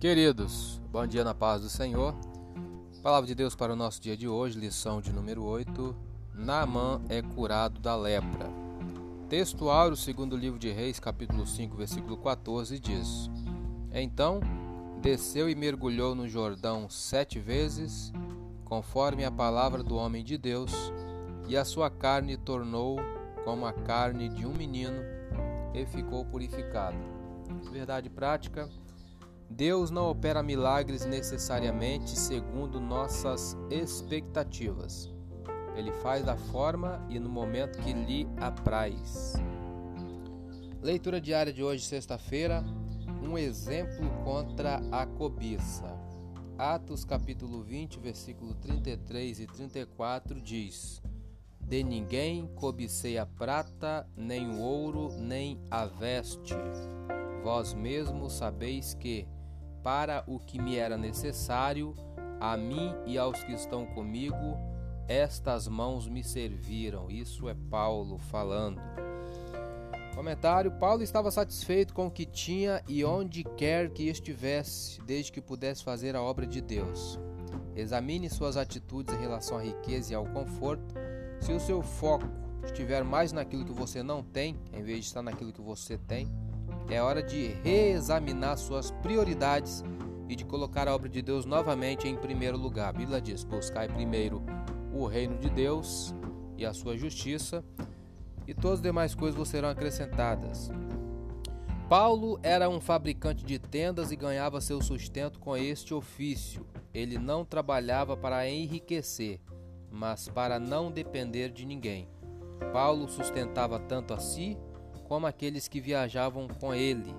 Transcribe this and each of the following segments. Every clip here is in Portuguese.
Queridos, bom dia na paz do Senhor. Palavra de Deus para o nosso dia de hoje, lição de número 8. Naamã é curado da lepra. Texto áureo, segundo livro de Reis, capítulo 5, versículo 14, diz: Então desceu e mergulhou no Jordão 7 vezes, conforme a palavra do homem de Deus, e a sua carne tornou como a carne de um menino, e ficou purificado. Verdade prática: Deus não opera milagres necessariamente segundo nossas expectativas. Ele faz da forma e no momento que lhe apraz. Leitura diária de hoje, sexta-feira. Um exemplo contra a cobiça. Atos capítulo 20, versículo 33 e 34 diz: De ninguém cobicei a prata, nem o ouro, nem a veste. Vós mesmos sabeis que, para o que me era necessário, a mim e aos que estão comigo, estas mãos me serviram. Isso é Paulo falando. Comentário: Paulo estava satisfeito com o que tinha e onde quer que estivesse, desde que pudesse fazer a obra de Deus. Examine suas atitudes em relação à riqueza e ao conforto. Se o seu foco estiver mais naquilo que você não tem, em vez de estar naquilo que você tem, é hora de reexaminar suas prioridades e de colocar a obra de Deus novamente em primeiro lugar. A Bíblia diz: buscai primeiro o reino de Deus e a sua justiça, e todas as demais coisas vos serão acrescentadas. Paulo era um fabricante de tendas e ganhava seu sustento com este ofício. Ele não trabalhava para enriquecer, mas para não depender de ninguém. Paulo sustentava tanto a si como aqueles que viajavam com ele.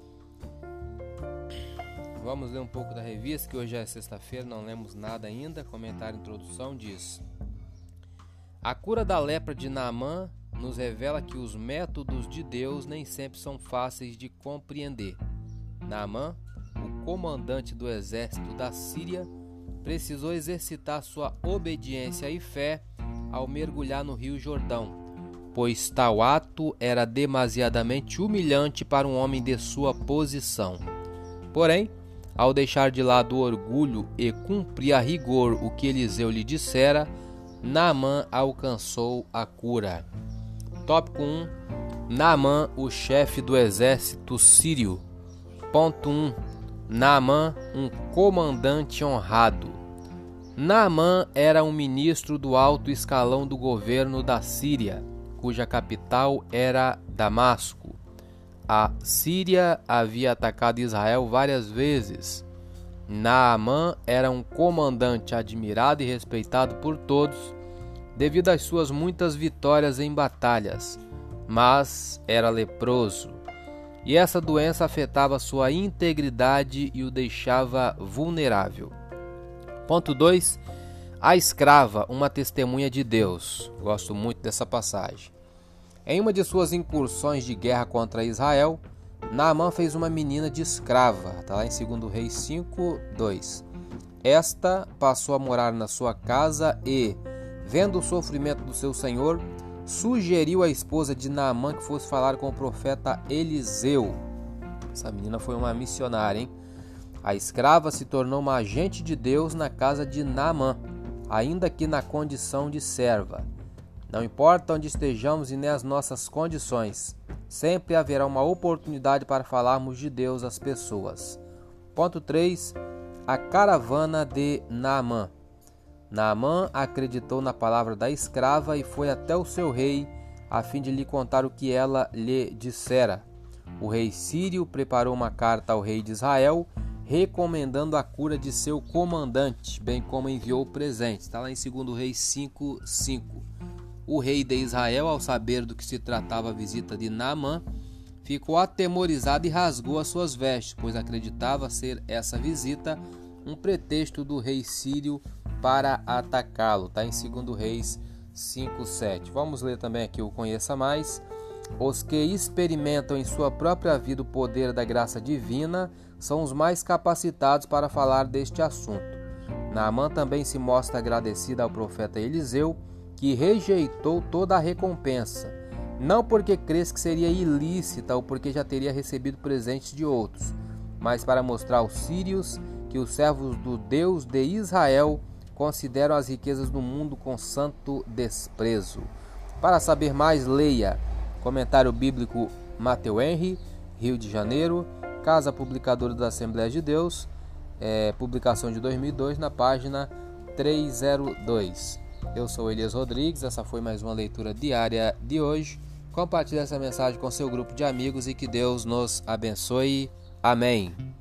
Vamos ler um pouco da revista, que hoje é sexta-feira, não lemos nada ainda. Comentário introdução diz: A cura da lepra de Naamã nos revela que os métodos de Deus nem sempre são fáceis de compreender. Naamã, o comandante do exército da Síria, precisou exercitar sua obediência e fé ao mergulhar no Rio Jordão, pois tal ato era demasiadamente humilhante para um homem de sua posição. Porém, ao deixar de lado o orgulho e cumprir a rigor o que Eliseu lhe dissera, Naamã alcançou a cura. Tópico 1. Naamã, o chefe do exército sírio. Ponto 1. Naamã, um comandante honrado. Naamã era um ministro do alto escalão do governo da Síria, cuja capital era Damasco. A Síria havia atacado Israel várias vezes. Naamã era um comandante admirado e respeitado por todos devido às suas muitas vitórias em batalhas, mas era leproso, e essa doença afetava sua integridade e o deixava vulnerável. Ponto 2. A escrava, uma testemunha de Deus. Gosto muito dessa passagem. Em uma de suas incursões de guerra contra Israel, Naamã fez uma menina de escrava. Está lá em 2 Reis 5, 2. Esta passou a morar na sua casa e, vendo o sofrimento do seu senhor, sugeriu à esposa de Naamã que fosse falar com o profeta Eliseu. Essa menina foi uma missionária, hein? A escrava se tornou uma agente de Deus na casa de Naamã, ainda que na condição de serva. Não importa onde estejamos e nem as nossas condições, sempre haverá uma oportunidade para falarmos de Deus às pessoas. Ponto 3. A caravana de Naamã. Naamã acreditou na palavra da escrava e foi até o seu rei a fim de lhe contar o que ela lhe dissera. O rei sírio preparou uma carta ao rei de Israel, recomendando a cura de seu comandante, bem como enviou presentes. Está lá em 2 Reis 5, 5. O rei de Israel, ao saber do que se tratava a visita de Naamã, ficou atemorizado e rasgou as suas vestes, pois acreditava ser essa visita um pretexto do rei sírio para atacá-lo. Está em 2 Reis 5, 7. Vamos ler também aqui o Conheça Mais. Os que experimentam em sua própria vida o poder da graça divina são os mais capacitados para falar deste assunto. Naamã também se mostra agradecida ao profeta Eliseu, que rejeitou toda a recompensa, não porque cresce que seria ilícita ou porque já teria recebido presentes de outros, mas para mostrar aos sírios que os servos do Deus de Israel consideram as riquezas do mundo com santo desprezo. Para saber mais, leia Comentário Bíblico Mateu Henry, Rio de Janeiro, Casa Publicadora da Assembleia de Deus, publicação de 2002, na página 302. Eu sou Elias Rodrigues, essa foi mais uma leitura diária de hoje. Compartilhe essa mensagem com seu grupo de amigos e que Deus nos abençoe. Amém.